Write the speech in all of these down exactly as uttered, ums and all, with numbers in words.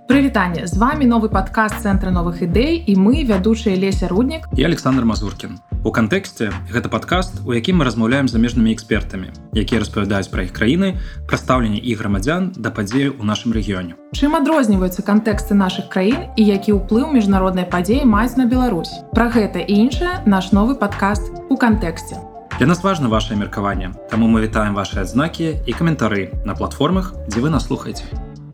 Прывітанне, з вами новы падкаст цэнтра новых ідэй і мы, вядучыя Леся Руднік і Александр Мазуркін. У кантэксце гэта падкаст, у якім мы размаўляем з замежнымі экспертамі, якія распавядаюць пра іх краіны, пра стаўленне іх грамадзян да падзеяў у нашым рэгіёне. Чым адрозніваюцца кантэксты нашых краін і які ўплыў міжнародныя падзеі маюць на Беларусь. Пра гэта і іншае наш новы падкаст у кантэксце. Для нас важна вашае меркаванне, таму мы вітаем вашы адзнакі і каментары на платформах, дзе вы нас слухаеце.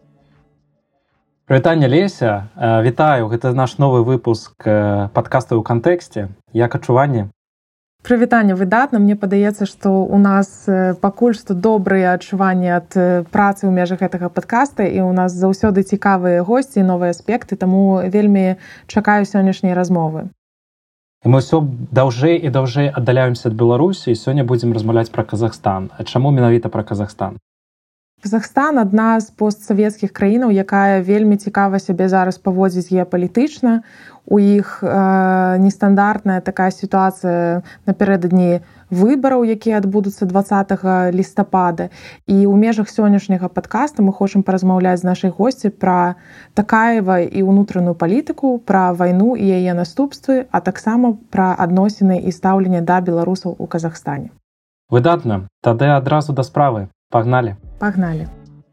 Прывітанне, Леся. Вітаю, гэта наш новы выпуск падкаста ў кантэксце. Як адчуванне? Прывітанне, выдатна. Мне падаецца, што ў нас пакуль што добрыя адчуванні ад працы ў межах гэтага падкаста і ў нас заўсёды цікавыя госці і новыя аспекты, таму вельмі чакаю сённяшняй размовы. І мы ўсё даўжэй і даўжэй аддаляемся ад Беларусі і сёння будзем размаўляць пра Казахстан. А чаму менавіта пра Казахстан? Казахстан адна з постсавецкіх краінаў, якая вельмі цікава сябе зараз паводзіць геапалітычна. У іх э, нестандартная такая сітуацыя напярэдадні выбараў, якія адбудуцца дваццатага лістапада. І ў межах сённяшняга падкаста мы хочам паразмаўляць з нашай госці пра Такаева і ўнутраную палітыку, пра вайну і яе наступствы, а таксама пра адносіны і стаўленне да беларусаў у Казахстане. Выдатна. Тады адразу да справы. Погнали. Погнали.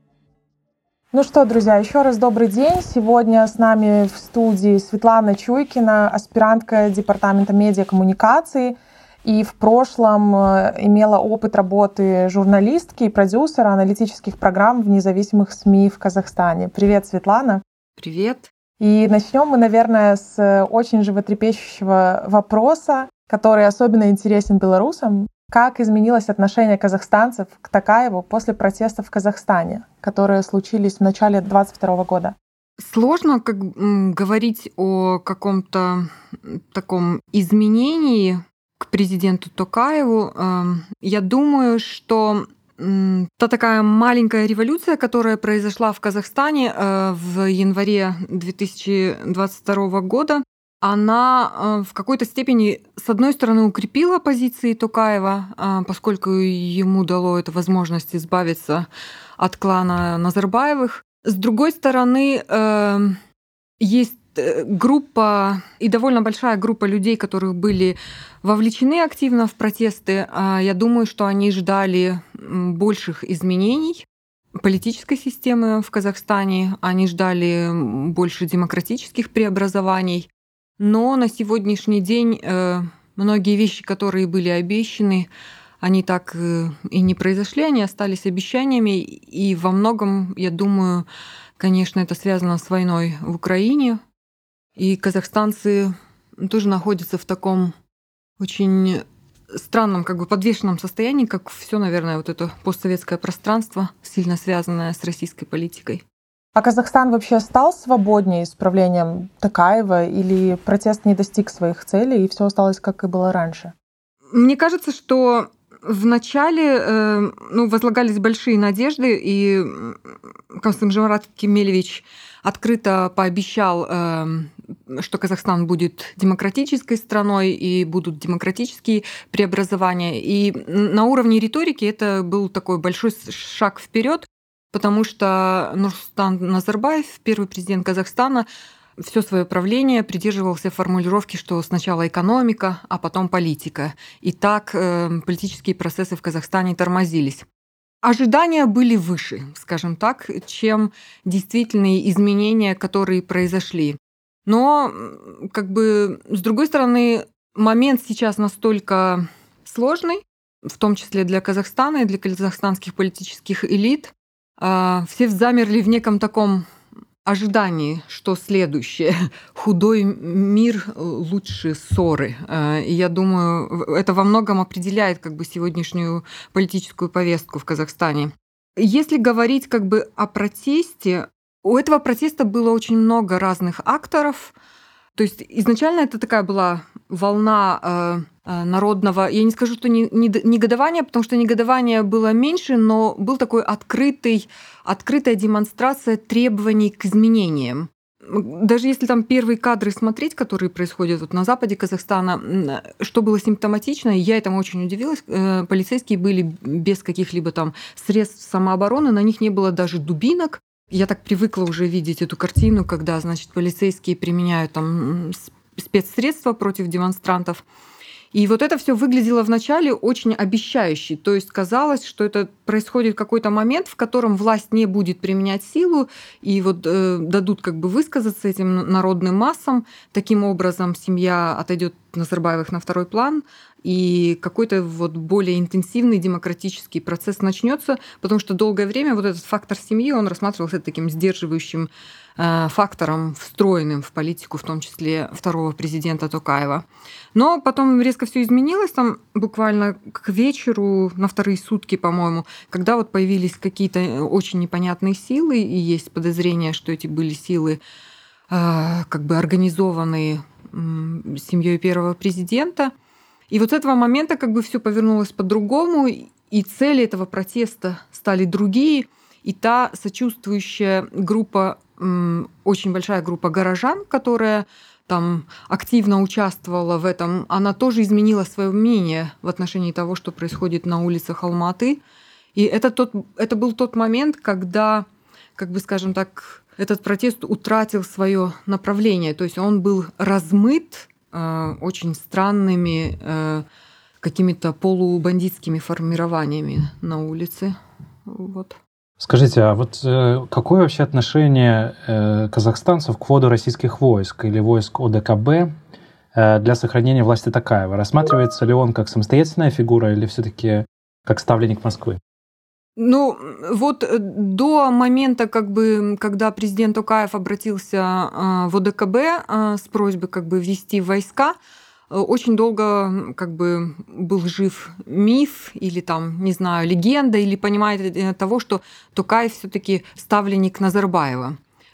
Ну что, друзья, еще раз добрый день. Сегодня с нами в студии Светлана Чуйкина, аспирантка Департамента медиакоммуникации, и в прошлом имела опыт работы журналистки и продюсера аналитических программ в независимых СМИ в Казахстане. Привет, Светлана. Привет. И начнем мы, наверное, с очень животрепещущего вопроса, который особенно интересен белорусам. Как изменилось отношение казахстанцев к Такаеву после протестов в Казахстане, которые случились в начале двадцать второго года? Сложно как, м, говорить о каком-то таком изменении к президенту Токаеву. Я думаю, что та такая маленькая революция, которая произошла в Казахстане в январе две тысячи двадцать второго года, она в какой-то степени, с одной стороны, укрепила позиции Токаева, поскольку ему дало это возможность избавиться от клана Назарбаевых. С другой стороны, есть группа и довольно большая группа людей, которые были вовлечены активно в протесты. Я думаю, что они ждали больших изменений политической системы в Казахстане, они ждали больше демократических преобразований. Но на сегодняшний день э, многие вещи, которые были обещаны, они так э, и не произошли, они остались обещаниями. И во многом, я думаю, конечно, это связано с войной в Украине. И казахстанцы тоже находятся в таком очень странном, как бы подвешенном состоянии, как все, наверное, вот это постсоветское пространство, сильно связанное с российской политикой. А Казахстан вообще стал свободнее с правлением Такаева или протест не достиг своих целей и все осталось, как и было раньше? Мне кажется, что вначале э, ну, возлагались большие надежды, и Касым-Жомарт Кемелевич открыто пообещал, э, что Казахстан будет демократической страной и будут демократические преобразования. И на уровне риторики это был такой большой шаг вперед. Потому что Нурсултан Назарбаев, первый президент Казахстана, все свое правление придерживался формулировки, что сначала экономика, а потом политика. И так э, политические процессы в Казахстане тормозились. Ожидания были выше, скажем так, чем действительные изменения, которые произошли. Но, как бы, с другой стороны, момент сейчас настолько сложный, в том числе для Казахстана и для казахстанских политических элит. Все замерли в неком таком ожидании, что следующее. Худой мир лучше ссоры. И я думаю, это во многом определяет как бы сегодняшнюю политическую повестку в Казахстане. Если говорить как бы о протесте, у этого протеста было очень много разных акторов. То есть изначально это такая была волна народного, я не скажу, что негодования, потому что негодования было меньше, но был такой открытый, открытая демонстрация требований к изменениям. Даже если там первые кадры смотреть, которые происходят вот на западе Казахстана, что было симптоматично, я этому очень удивилась, полицейские были без каких-либо там средств самообороны, на них не было даже дубинок, Я так привыкла уже видеть эту картину, когда, значит, полицейские применяют там спецсредства против демонстрантов. И вот это все выглядело вначале очень обещающе. То есть казалось, что это происходит какой-то момент, в котором власть не будет применять силу, и вот э, дадут как бы высказаться этим народным массам. Таким образом, семья отойдет Назарбаевых на второй план, и какой-то вот более интенсивный демократический процесс начнется, потому что долгое время вот этот фактор семьи, он рассматривался таким сдерживающим э, фактором, встроенным в политику, в том числе второго президента Токаева. Но потом резко все изменилось, там буквально к вечеру, на вторые сутки, по-моему, когда вот появились какие-то очень непонятные силы, и есть подозрение, что эти были силы э, как бы организованные э, семьей первого президента. И вот с этого момента как бы все повернулось по-другому, и цели этого протеста стали другие. И та сочувствующая группа, очень большая группа горожан, которая там активно участвовала в этом, она тоже изменила свое мнение в отношении того, что происходит на улицах Алматы. И это, тот, это был тот момент, когда, как бы скажем так, этот протест утратил свое направление. То есть он был размыт очень странными какими-то полубандитскими формированиями на улице. Вот. Скажите, а вот э, какое вообще отношение э, казахстанцев к вводу российских войск или войск ОДКБ э, для сохранения власти Токаева? Рассматривается ли он как самостоятельная фигура или все-таки как ставленник Москвы? Ну, вот до момента, как бы, когда президент Токаев обратился в ОДКБ с просьбой как бы ввести войска, очень долго как бы был жив миф или там, не знаю, легенда, или понимание того, что Токаев все-таки ставленник Назарбаева.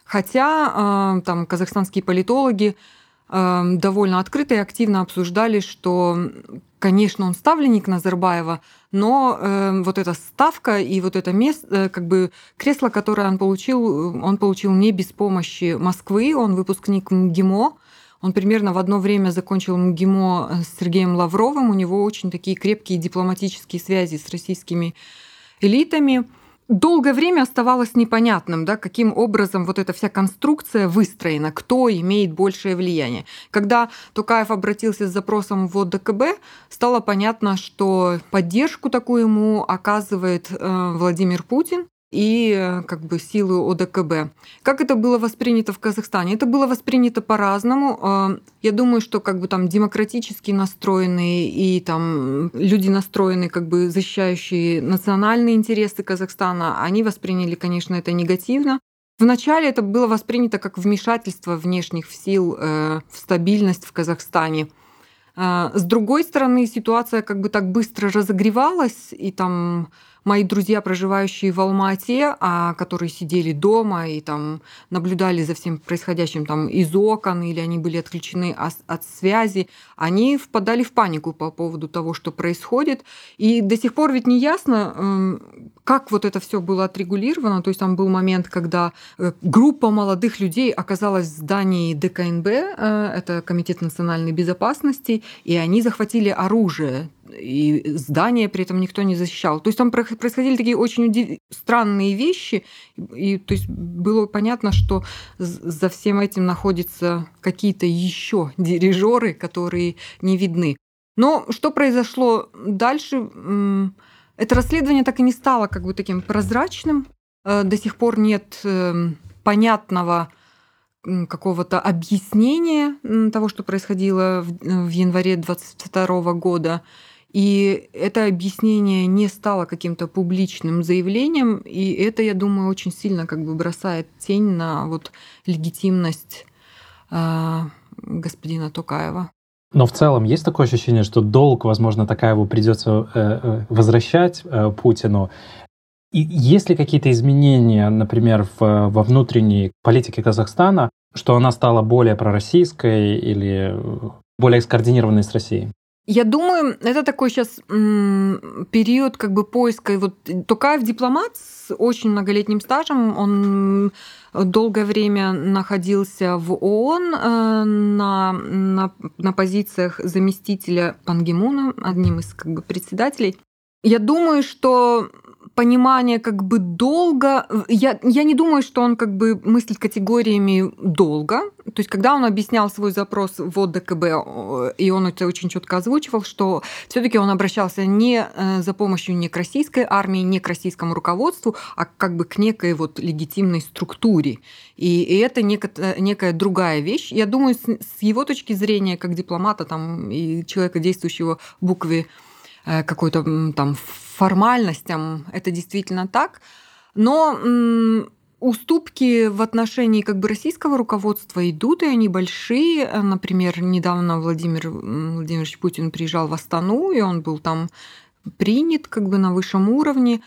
Хотя там казахстанские политологи довольно открыто и активно обсуждали, что, конечно, он ставленник Назарбаева, но э, вот эта ставка и вот это место, как бы кресло, которое он получил, он получил не без помощи Москвы, он выпускник МГИМО, он примерно в одно время закончил МГИМО с Сергеем Лавровым, у него очень такие крепкие дипломатические связи с российскими элитами. Долгое время оставалось непонятным, да, каким образом вот эта вся конструкция выстроена, кто имеет большее влияние. Когда Токаев обратился с запросом в ОДКБ, стало понятно, что поддержку такую ему оказывает Владимир Путин и как бы силы ОДКБ. Как это было воспринято в Казахстане? Это было воспринято по-разному. Я думаю, что как бы там демократически настроенные и там люди настроенные, как бы защищающие национальные интересы Казахстана, они восприняли, конечно, это негативно. Вначале это было воспринято как вмешательство внешних сил в стабильность в Казахстане. С другой стороны, ситуация как бы так быстро разогревалась, и там мои друзья, проживающие в Алма-Ате, а которые сидели дома и там наблюдали за всем происходящим там из окон, или они были отключены от, от связи, они впадали в панику по поводу того, что происходит. И до сих пор ведь не ясно, как вот это все было отрегулировано. То есть там был момент, когда группа молодых людей оказалась в здании ДКНБ, это Комитет национальной безопасности, и они захватили оружие. И здание при этом никто не защищал. То есть там происходили такие очень удив... странные вещи, и то есть было понятно, что за всем этим находятся какие-то еще дирижеры, которые не видны. Но что произошло дальше? Это расследование так и не стало как бы таким прозрачным. До сих пор нет понятного какого-то объяснения того, что происходило в январе двадцать второго года. И это объяснение не стало каким-то публичным заявлением, и это, я думаю, очень сильно как бы бросает тень на вот легитимность э, господина Токаева. Но в целом есть такое ощущение, что долг, возможно, Токаеву придется э, возвращать э, Путину. И есть ли какие-то изменения, например, в, во внутренней политике Казахстана, что она стала более пророссийской или более скоординированной с Россией? Я думаю, это такой сейчас период как бы поиска. И вот Токаев дипломат с очень многолетним стажем. Он долгое время находился в ООН на, на, на позициях заместителя Пан Ги Муна, одним из как бы председателей. Я думаю, что понимание как бы долго. Я, я не думаю, что он как бы мыслит категориями долго. То есть, когда он объяснял свой запрос в О Д К Б, и он это очень четко озвучивал, что все-таки он обращался не за помощью не к российской армии, не к российскому руководству, а как бы к некой вот легитимной структуре. И, и это некая, некая другая вещь. Я думаю, с, с его точки зрения, как дипломата там, и человека, действующего в букве какой-то там формальностям, это действительно так. Но м, уступки в отношении как бы российского руководства идут, и они большие. Например, недавно Владимир Владимирович Путин приезжал в Астану, и он был там принят как бы на высшем уровне.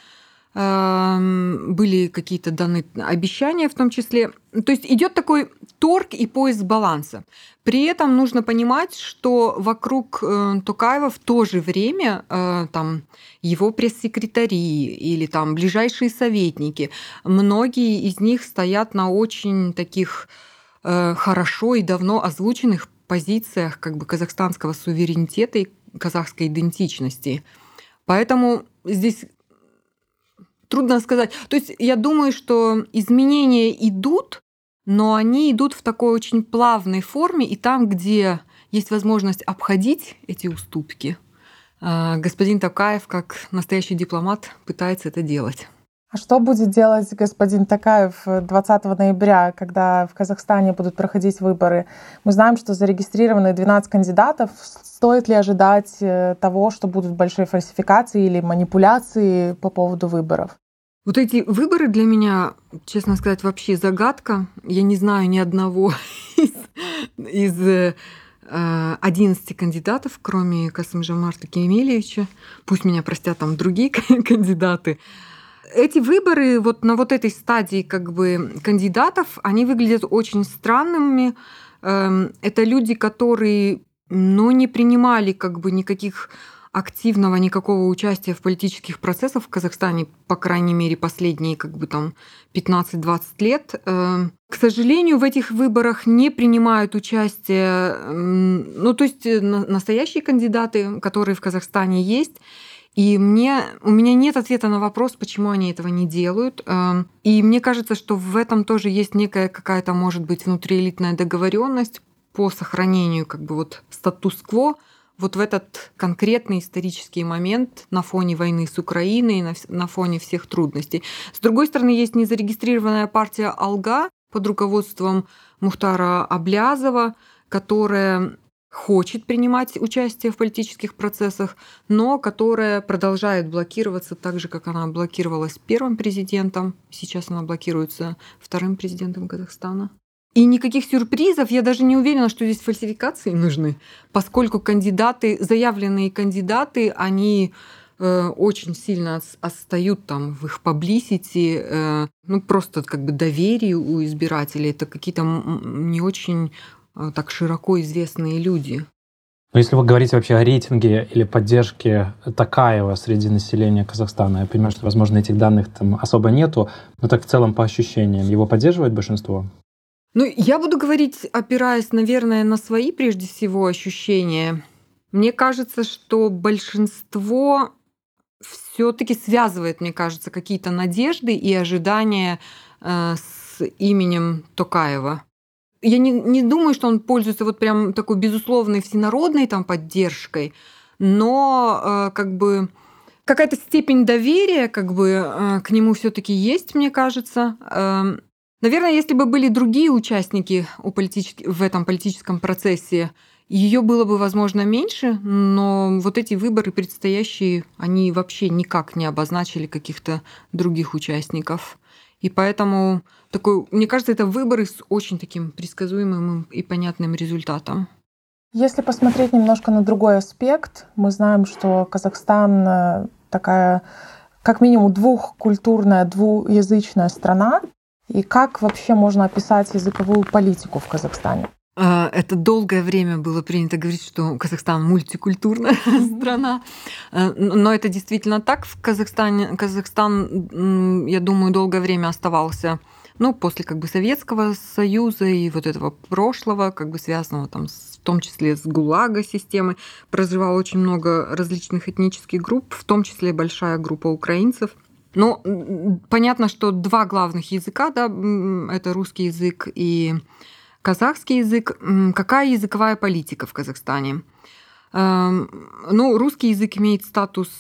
Были какие-то даны обещания в том числе. То есть идет такой торг и поиск баланса. При этом нужно понимать, что вокруг Токаева в то же время там, его пресс-секретари или там, ближайшие советники, многие из них стоят на очень таких хорошо и давно озвученных позициях как бы, казахстанского суверенитета и казахской идентичности. Поэтому здесь трудно сказать. То есть я думаю, что изменения идут, но они идут в такой очень плавной форме, и там, где есть возможность обходить эти уступки, господин Токаев, как настоящий дипломат, пытается это делать. А что будет делать господин Токаев двадцатого ноября, когда в Казахстане будут проходить выборы? Мы знаем, что зарегистрированы двенадцать кандидатов. Стоит ли ожидать того, что будут большие фальсификации или манипуляции по поводу выборов? Вот эти выборы для меня, честно сказать, вообще загадка. Я не знаю ни одного из, из одиннадцати кандидатов, кроме Касым-Жомарта Кемелевича. Пусть меня простят там другие кандидаты. Эти выборы вот на вот этой стадии как бы кандидатов, они выглядят очень странными. Это люди, которые, ну, не принимали как бы никаких активного никакого участия в политических процессах в Казахстане, по крайней мере, последние как бы там пятнадцать-двадцать лет. К сожалению, в этих выборах не принимают участие, ну, то есть настоящие кандидаты, которые в Казахстане есть. И мне, у меня нет ответа на вопрос, почему они этого не делают. И мне кажется, что в этом тоже есть некая какая-то, может быть, внутриэлитная договоренность по сохранению как бы вот статус-кво вот в этот конкретный исторический момент на фоне войны с Украиной, на, на фоне всех трудностей. С другой стороны, есть незарегистрированная партия «Алга» под руководством Мухтара Аблязова, которая хочет принимать участие в политических процессах, но которая продолжает блокироваться так же, как она блокировалась первым президентом. Сейчас она блокируется вторым президентом Казахстана. И никаких сюрпризов, я даже не уверена, что здесь фальсификации нужны, поскольку кандидаты, заявленные кандидаты, они э, очень сильно отстают там в их паблисити, э, ну просто как бы доверие у избирателей. Это какие-то не очень э, так широко известные люди. Но если вы говорите вообще о рейтинге или поддержке Токаева среди населения Казахстана, я понимаю, что, возможно, этих данных там особо нету, но так в целом по ощущениям, его поддерживает большинство? Ну, я буду говорить, опираясь, наверное, на свои, прежде всего, ощущения. Мне кажется, что большинство все-таки связывает, мне кажется, какие-то надежды и ожидания э, с именем Токаева. Я не, не думаю, что он пользуется вот прям такой безусловной всенародной там поддержкой, но э, как бы какая-то степень доверия как бы э, к нему все-таки есть, мне кажется. Э, Наверное, если бы были другие участники у политически, в этом политическом процессе, ее было бы, возможно, меньше, но вот эти выборы предстоящие, они вообще никак не обозначили каких-то других участников. И поэтому, такой, мне кажется, это выборы с очень таким предсказуемым и понятным результатом. Если посмотреть немножко на другой аспект, мы знаем, что Казахстан такая, как минимум, двухкультурная, двуязычная страна. И как вообще можно описать языковую политику в Казахстане? Это долгое время было принято говорить, что Казахстан мультикультурная страна. Но это действительно так. В Казахстане, Казахстан, я думаю, долгое время оставался, ну, после как бы Советского Союза и вот этого прошлого, как бы связанного там, в том числе с ГУЛАГа-системой, проживало очень много различных этнических групп, в том числе большая группа украинцев. Ну, понятно, что два главных языка, да, это русский язык и казахский язык. Какая языковая политика в Казахстане? Ну, русский язык имеет статус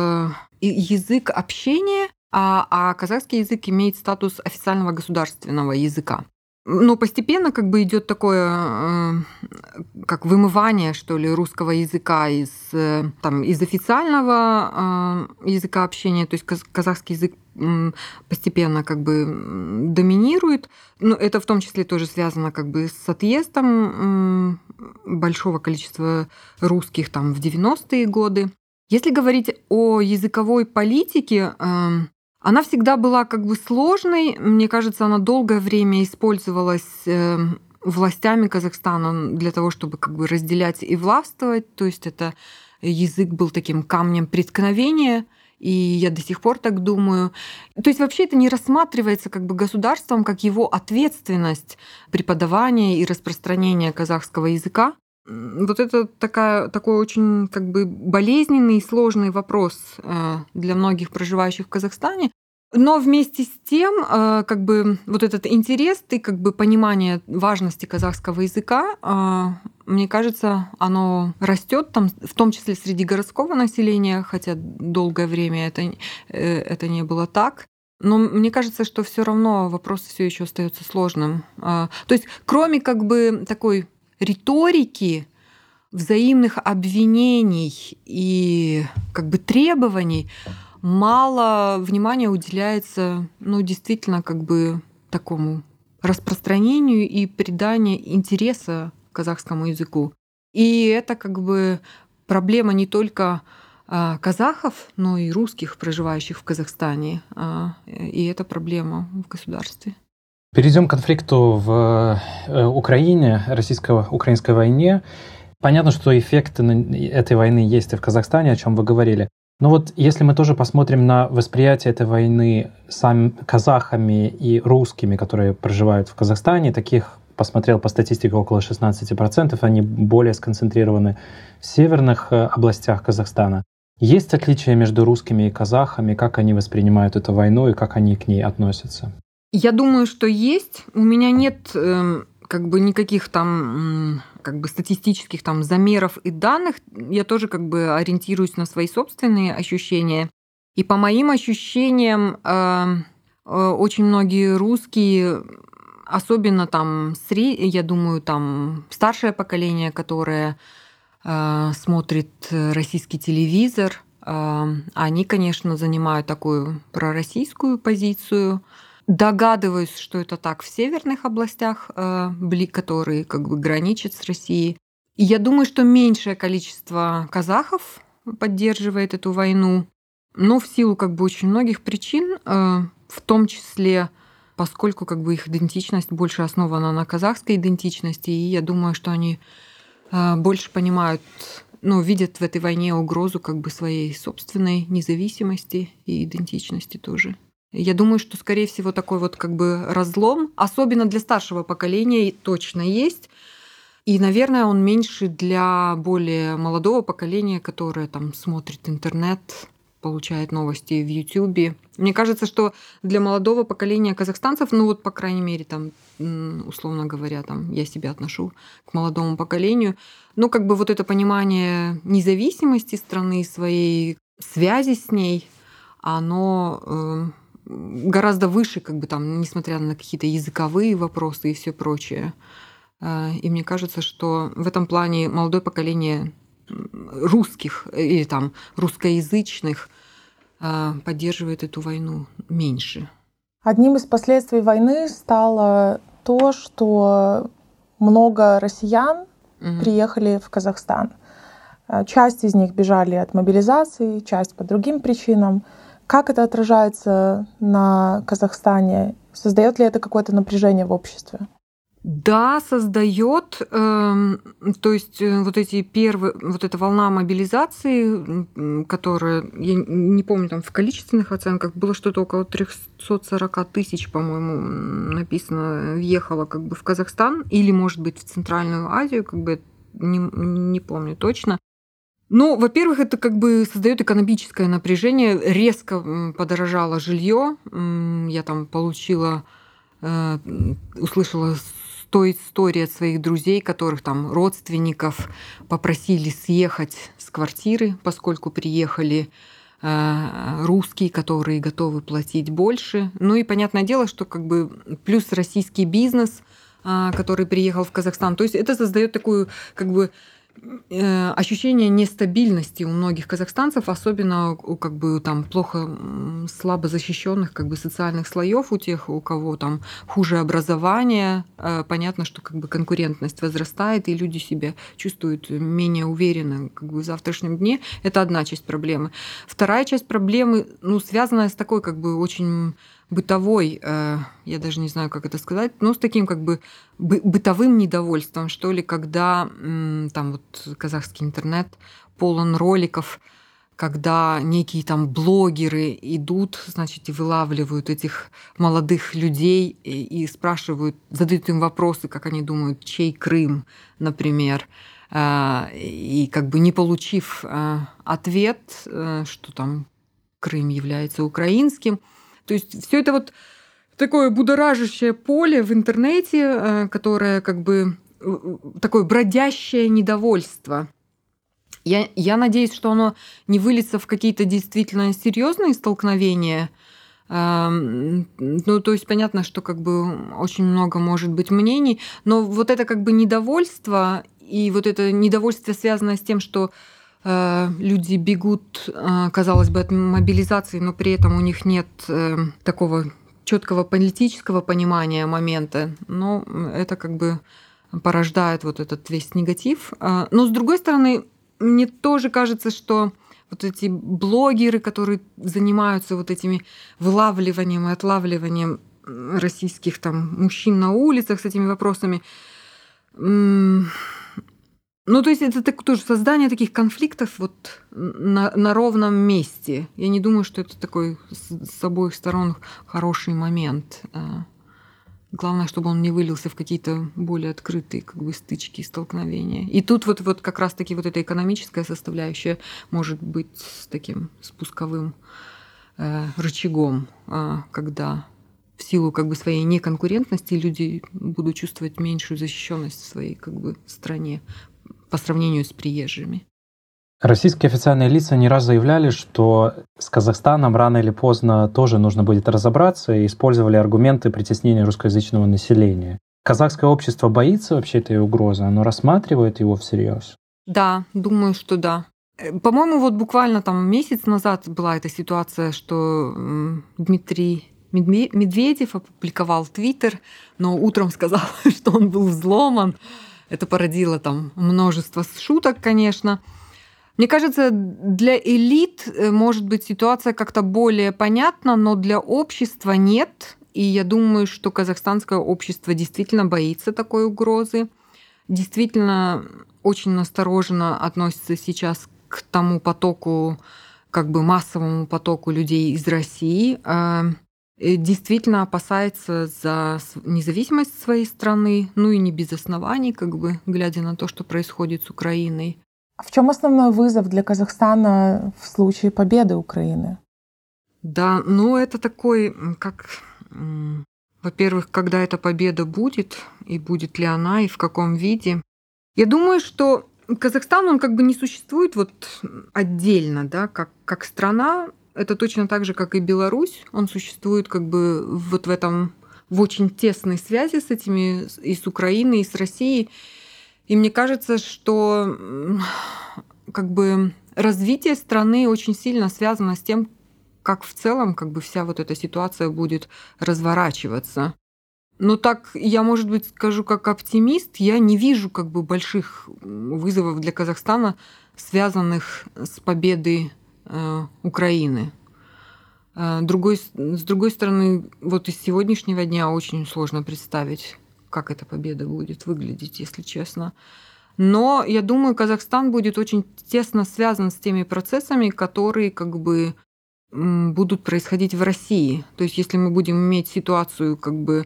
язык общения, а, а казахский язык имеет статус официального государственного языка. Но постепенно как бы идет такое как вымывание, что ли, русского языка из, там, из официального языка общения, то есть казахский язык постепенно как бы доминирует. Но это в том числе тоже связано как бы с отъездом большого количества русских там в девяностые годы. Если говорить о языковой политике, она всегда была как бы сложной. Мне кажется, она долгое время использовалась властями Казахстана для того, чтобы как бы разделять и властвовать. То есть это язык был таким камнем преткновения, и я до сих пор так думаю. То есть вообще это не рассматривается как бы государством как его ответственность преподавания и распространения казахского языка. Вот это такая, такой очень как бы болезненный и сложный вопрос для многих проживающих в Казахстане. Но вместе с тем, как бы вот этот интерес и как бы понимание важности казахского языка, мне кажется, оно растет там, в том числе среди городского населения, хотя долгое время это, это не было так. Но мне кажется, что все равно вопрос все еще остается сложным. То есть, кроме как бы такой риторики, взаимных обвинений и как бы требований, мало внимания уделяется, ну, действительно, как бы такому распространению и приданию интереса к казахскому языку. И это как бы проблема не только казахов, но и русских, проживающих в Казахстане. И это проблема в государстве. Перейдем к конфликту в Украине, российско-украинской войне. Понятно, что эффекты этой войны есть и в Казахстане, о чем вы говорили. Но вот если мы тоже посмотрим на восприятие этой войны сами казахами и русскими, которые проживают в Казахстане, таких, посмотрел по статистике, около шестнадцать процентов, они более сконцентрированы в северных областях Казахстана. Есть отличия между русскими и казахами, как они воспринимают эту войну и как они к ней относятся? Я думаю, что есть. У меня нет э, как бы никаких там как бы статистических там замеров и данных. Я тоже как бы ориентируюсь на свои собственные ощущения. И по моим ощущениям, э, э, очень многие русские, особенно там, я думаю, там старшее поколение, которое э, смотрит российский телевизор, э, они, конечно, занимают такую пророссийскую позицию. Догадываюсь, что это так в северных областях, которые как бы граничат с Россией. И я думаю, что меньшее количество казахов поддерживает эту войну, но в силу как бы очень многих причин, в том числе поскольку как бы их идентичность больше основана на казахской идентичности, и я думаю, что они больше понимают, ну, видят в этой войне угрозу как бы своей собственной независимости и идентичности тоже. Я думаю, что, скорее всего, такой вот как бы разлом, особенно для старшего поколения, точно есть. И, наверное, он меньше для более молодого поколения, которое там смотрит интернет, получает новости в Ютубе. Мне кажется, что для молодого поколения казахстанцев, ну вот, по крайней мере, там, условно говоря, там, я себя отношу к молодому поколению, ну, как бы вот это понимание независимости страны, своей связи с ней, оно гораздо выше, как бы там, несмотря на какие-то языковые вопросы и все прочее. И мне кажется, что в этом плане молодое поколение русских или там русскоязычных поддерживает эту войну меньше. Одним из последствий войны стало то, что много россиян угу. приехали в Казахстан. Часть из них бежали от мобилизации, часть по другим причинам. Как это отражается на Казахстане? Создает ли это какое-то напряжение в обществе? Да, создает. Э, то есть вот эти первые, вот эта волна мобилизации, которая, я не помню, там в количественных оценках было что-то около триста сорок тысяч, по-моему, написано, въехало как бы в Казахстан или, может быть, в Центральную Азию, как бы не, не помню точно. Ну, во-первых, это как бы создает экономическое напряжение. Резко подорожало жилье. Я там получила, услышала сто историй от своих друзей, которых там родственников попросили съехать с квартиры, поскольку приехали русские, которые готовы платить больше. Ну и понятное дело, что как бы плюс российский бизнес, который приехал в Казахстан. То есть это создает такую как бы ощущение нестабильности у многих казахстанцев, особенно у как бы там плохо, слабо защищенных как бы социальных слоев, у тех, у кого там хуже образование. Понятно, что как бы конкурентность возрастает, и люди себя чувствуют менее уверенно как бы в завтрашнем дне. Это одна часть проблемы. Вторая часть проблемы, ну, связанная с такой как бы очень бытовой, я даже не знаю, как это сказать, но с таким как бы бытовым недовольством, что ли, когда там вот казахский интернет полон роликов, когда некие там блогеры идут, значит, и вылавливают этих молодых людей и, и спрашивают, задают им вопросы, как они думают, чей Крым, например, и как бы не получив ответ, что там Крым является украинским. То есть все это вот такое будоражащее поле в интернете, которое как бы такое бродящее недовольство. Я, я надеюсь, что оно не выльется в какие-то действительно серьезные столкновения. Ну, то есть понятно, что как бы очень много может быть мнений, но вот это как бы недовольство, и вот это недовольство, связанное с тем, что люди бегут, казалось бы, от мобилизации, но при этом у них нет такого четкого политического понимания момента. Но это как бы порождает вот этот весь негатив. Но с другой стороны, мне тоже кажется, что вот эти блогеры, которые занимаются вот этими вылавливанием и отлавливанием российских там мужчин на улицах с этими вопросами, ну, то есть это так, тоже создание таких конфликтов вот на, на ровном месте. Я не думаю, что это такой с, с обоих сторон хороший момент. Главное, чтобы он не вылился в какие-то более открытые как бы, стычки и столкновения. И тут вот, вот как раз-таки вот эта экономическая составляющая может быть с таким спусковым э, рычагом, э, когда в силу как бы, своей неконкурентности люди будут чувствовать меньшую защищенность в своей как бы, стране по сравнению с приезжими. Российские официальные лица не раз заявляли, что с Казахстаном рано или поздно тоже нужно будет разобраться, и использовали аргументы притеснения русскоязычного населения. Казахское общество боится вообще этой угрозы? Оно рассматривает его всерьез? Да, думаю, что да. По-моему, вот буквально там месяц назад была эта ситуация, что Дмитрий Медведев опубликовал Твиттер, но утром сказал, что он был взломан. Это породило там множество шуток, конечно. Мне кажется, для элит, может быть, ситуация как-то более понятна, но для общества нет. И я думаю, что казахстанское общество действительно боится такой угрозы. Действительно очень настороженно относится сейчас к тому потоку, как бы массовому потоку людей из России. Действительно опасается за независимость своей страны, ну и не без оснований, как бы, глядя на то, что происходит с Украиной. А в чем основной вызов для Казахстана в случае победы Украины? Да, ну это такой, как, во-первых, когда эта победа будет, и будет ли она, и в каком виде. Я думаю, что Казахстан, он как бы не существует вот отдельно, да, как, как страна. Это точно так же, как и Беларусь. Он существует как бы вот в этом, в очень тесной связи с этими, и с Украиной, и с Россией. И мне кажется, что как бы развитие страны очень сильно связано с тем, как в целом как бы вся вот эта ситуация будет разворачиваться. Но так я, может быть, скажу как оптимист, я не вижу как бы больших вызовов для Казахстана, связанных с победой Украины. Другой, с другой стороны, вот из сегодняшнего дня очень сложно представить, как эта победа будет выглядеть, если честно. Но я думаю, Казахстан будет очень тесно связан с теми процессами, которые как бы будут происходить в России. То есть если мы будем иметь ситуацию как бы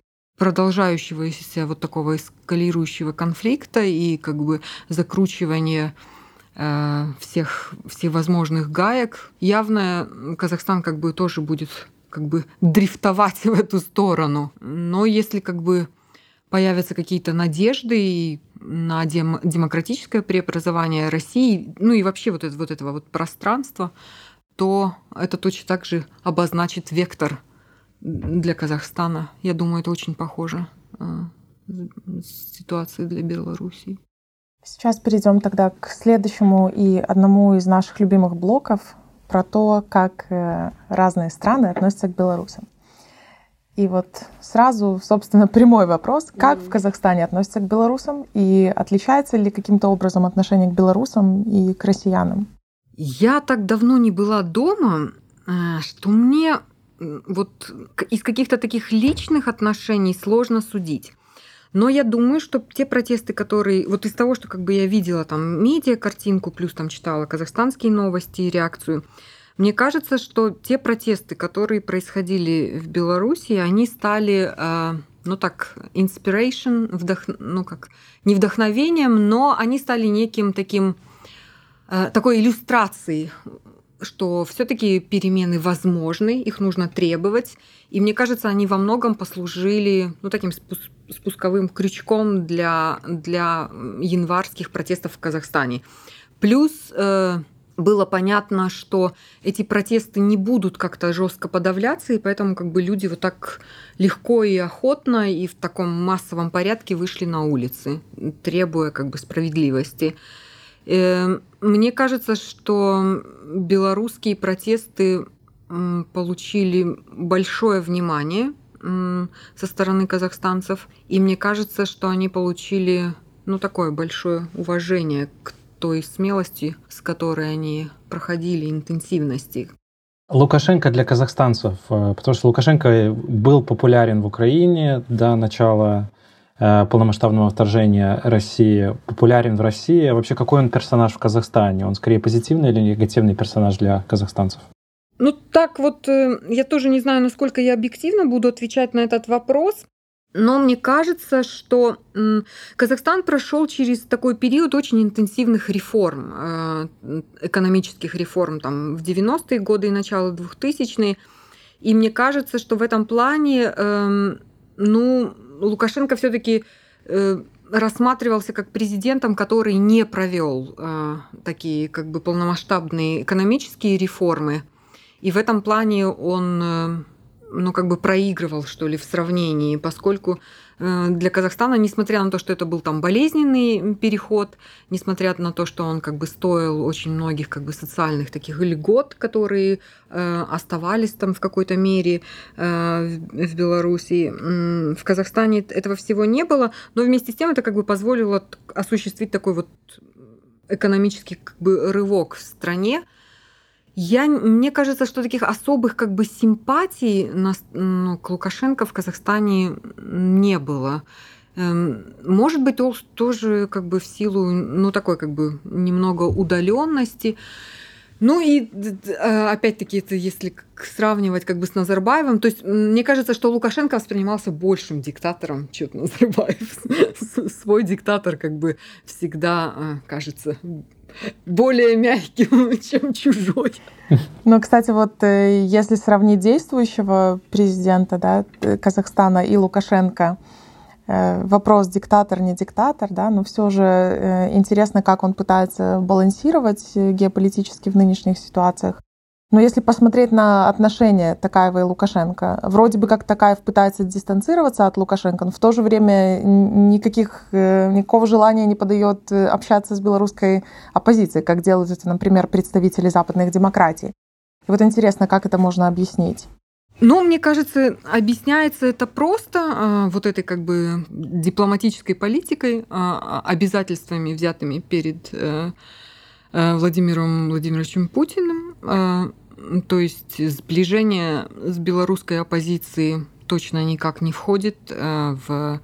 продолжающегося вот такого эскалирующего конфликта и как бы закручивания всех всевозможных гаек. Явно Казахстан как бы тоже будет как бы дрифтовать в эту сторону. Но если как бы появятся какие-то надежды на дем- демократическое преобразование России, ну и вообще вот, это, вот этого вот пространства, то это точно так же обозначит вектор для Казахстана. Я думаю, это очень похоже с ситуацией для Белоруссии. Сейчас перейдем тогда к следующему и одному из наших любимых блоков про то, как разные страны относятся к белорусам. И вот сразу, собственно, прямой вопрос. Как в Казахстане относятся к белорусам? И отличается ли каким-то образом отношение к белорусам и к россиянам? Я так давно не была дома, что мне вот из каких-то таких личных отношений сложно судить. Но я думаю, что те протесты, которые... Вот из того, что как бы я видела там медиа-картинку, плюс там читала казахстанские новости и реакцию, мне кажется, что те протесты, которые происходили в Беларуси, они стали, ну так, inspiration, вдох... ну как, не вдохновением, но они стали неким таким, такой иллюстрацией, что все-таки перемены возможны, их нужно требовать. И мне кажется, они во многом послужили, ну, таким спусковым крючком для, для январских протестов в Казахстане. Плюс э, было понятно, что эти протесты не будут как-то жестко подавляться, и поэтому как бы люди вот так легко и охотно и в таком массовом порядке вышли на улицы, требуя как бы справедливости. Мне кажется, что белорусские протесты получили большое внимание со стороны казахстанцев, и мне кажется, что они получили, ну, такое большое уважение к той смелости, с которой они проходили, интенсивности. Лукашенко для казахстанцев, потому что Лукашенко был популярен в Украине до начала полномасштабного вторжения России, популярен в России. А вообще, какой он персонаж в Казахстане? Он скорее позитивный или негативный персонаж для казахстанцев? Ну так вот, я тоже не знаю, насколько я объективно буду отвечать на этот вопрос, но мне кажется, что Казахстан прошел через такой период очень интенсивных реформ, экономических реформ там, в девяностые годы и начало двухтысячные. И мне кажется, что в этом плане, ну, Лукашенко все-таки э, рассматривался как президентом, который не провел э, такие как бы полномасштабные экономические реформы. И в этом плане он э, ну, как бы проигрывал, что ли, в сравнении, поскольку э, для Казахстана, несмотря на то, что это был там болезненный переход, несмотря на то, что он как бы стоил очень многих как бы социальных таких льгот, которые э, оставались там в какой-то мере э, в Беларуси, э, в Казахстане этого всего не было, но вместе с тем это как бы позволило осуществить такой вот экономический как бы рывок в стране. Я, мне кажется, что таких особых как бы симпатий на, ну, к Лукашенко в Казахстане не было. Может быть, тоже как бы в силу, ну, такой как бы немного удаленности. Ну и опять-таки, это если сравнивать как бы с Назарбаевым, то есть мне кажется, что Лукашенко воспринимался большим диктатором, чем Назарбаев. Свой диктатор как бы всегда кажется более мягким, чем чужой. Ну, кстати, вот если сравнить действующего президента, да, Казахстана и Лукашенко, вопрос диктатор, не диктатор, да, но все же интересно, как он пытается балансировать геополитически в нынешних ситуациях. Но если посмотреть на отношения Токаева и Лукашенко, вроде бы как Токаев пытается дистанцироваться от Лукашенко, но в то же время никаких, никакого желания не подает общаться с белорусской оппозицией, как делают это, например, представители западных демократий. И вот интересно, как это можно объяснить? Ну, мне кажется, объясняется это просто э, вот этой как бы дипломатической политикой, э, обязательствами, взятыми перед э, э, Владимиром Владимировичем Путиным. Э, то есть сближение с белорусской оппозицией точно никак не входит э, в,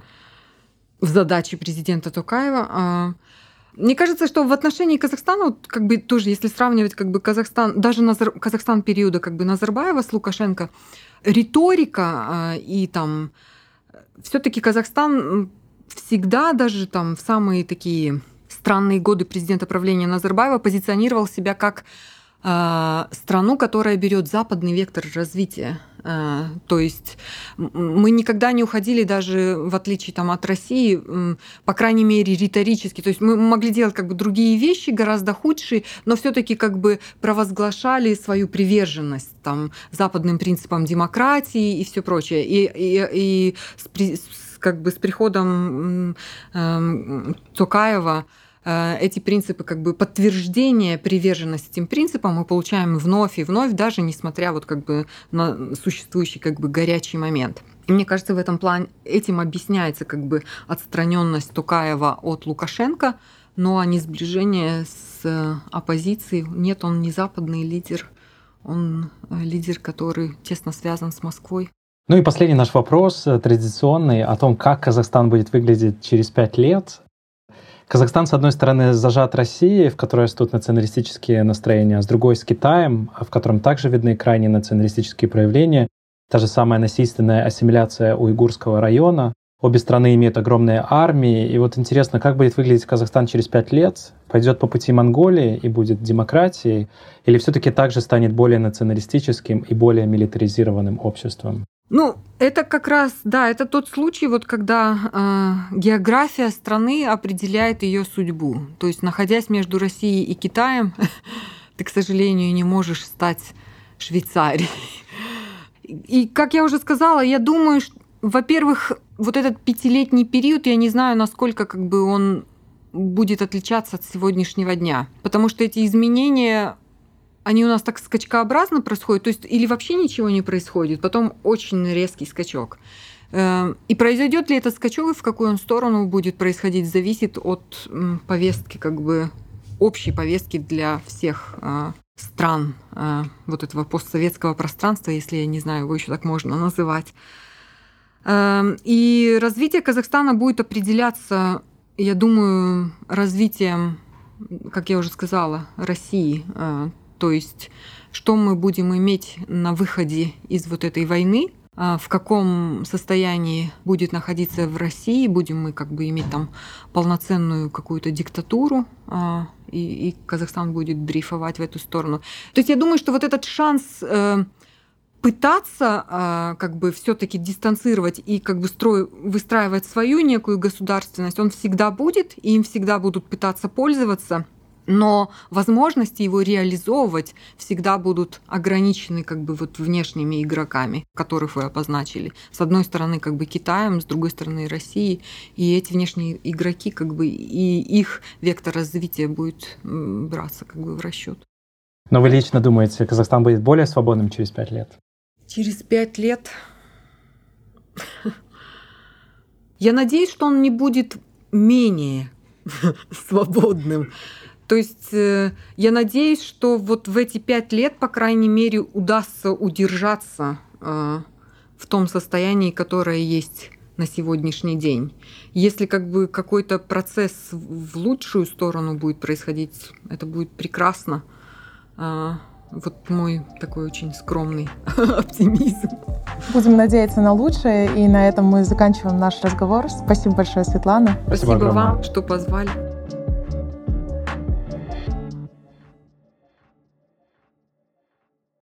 в задачи президента Токаева. Э, Мне кажется, что в отношении Казахстана, вот, как бы тоже, если сравнивать как бы Казахстан, даже Назар, Казахстан периода как бы Назарбаева с Лукашенко, риторика э, и там все-таки Казахстан всегда даже там в самые такие странные годы президента правления Назарбаева позиционировал себя как э, страну, которая берет западный вектор развития. Э, то есть мы никогда не уходили, даже в отличие там, от России, э, по крайней мере, риторически. То есть мы могли делать как бы другие вещи, гораздо худшие, но все-таки как бы провозглашали свою приверженность там, западным принципам демократии и все прочее. И, и, и с, как бы с приходом э, Токаева эти принципы, как бы подтверждение приверженности этим принципам мы получаем вновь и вновь, даже несмотря вот как бы на существующий как бы горячий момент. И мне кажется, в этом плане этим объясняется как бы отстраненность Токаева от Лукашенко, но а не сближение с оппозицией. Нет, он не западный лидер, он лидер, который тесно связан с Москвой. Ну и последний наш вопрос, традиционный, о том, как Казахстан будет выглядеть через пять лет. Казахстан, с одной стороны, зажат Россией, в которой растут националистические настроения, а с другой — с Китаем, в котором также видны крайне националистические проявления. Та же самая насильственная ассимиляция уйгурского района. Обе страны имеют огромные армии. И вот интересно, как будет выглядеть Казахстан через пять лет? Пойдет по пути Монголии и будет демократией? Или все-таки также станет более националистическим и более милитаризированным обществом? Ну, это как раз, да, это тот случай, вот когда э, география страны определяет ее судьбу. То есть, находясь между Россией и Китаем, ты, к сожалению, не можешь стать Швейцарией. И, как я уже сказала, я думаю, что, во-первых, вот этот пятилетний период, я не знаю, насколько как бы он будет отличаться от сегодняшнего дня. Потому что эти изменения, они у нас так скачкообразно происходят, то есть или вообще ничего не происходит, потом очень резкий скачок. И произойдет ли этот скачок, и в какую он сторону будет происходить, зависит от повестки, как бы общей повестки для всех стран вот этого постсоветского пространства, если я не знаю, его еще так можно называть. И развитие Казахстана будет определяться, я думаю, развитием, как я уже сказала, России. То есть, что мы будем иметь на выходе из вот этой войны, в каком состоянии будет находиться в России, будем мы как бы иметь там полноценную какую-то диктатуру, и, и Казахстан будет дрейфовать в эту сторону. То есть я думаю, что вот этот шанс пытаться как бы все-таки дистанцировать и как бы строй, выстраивать свою некую государственность, он всегда будет, и им всегда будут пытаться пользоваться. Но возможности его реализовывать всегда будут ограничены как бы вот внешними игроками, которых вы обозначили. С одной стороны как бы Китаем, с другой стороны Россией. И эти внешние игроки как бы и их вектор развития будет браться как бы в расчет. Но вы лично думаете, Казахстан будет более свободным через пять лет? Через пять лет? Я надеюсь, что он не будет менее свободным. То есть я надеюсь, что вот в эти пять лет, по крайней мере, удастся удержаться в том состоянии, которое есть на сегодняшний день. Если как бы какой-то процесс в лучшую сторону будет происходить, это будет прекрасно. Вот мой такой очень скромный оптимизм. Будем надеяться на лучшее, и на этом мы заканчиваем наш разговор. Спасибо большое, Светлана. Спасибо, Спасибо вам, что позвали.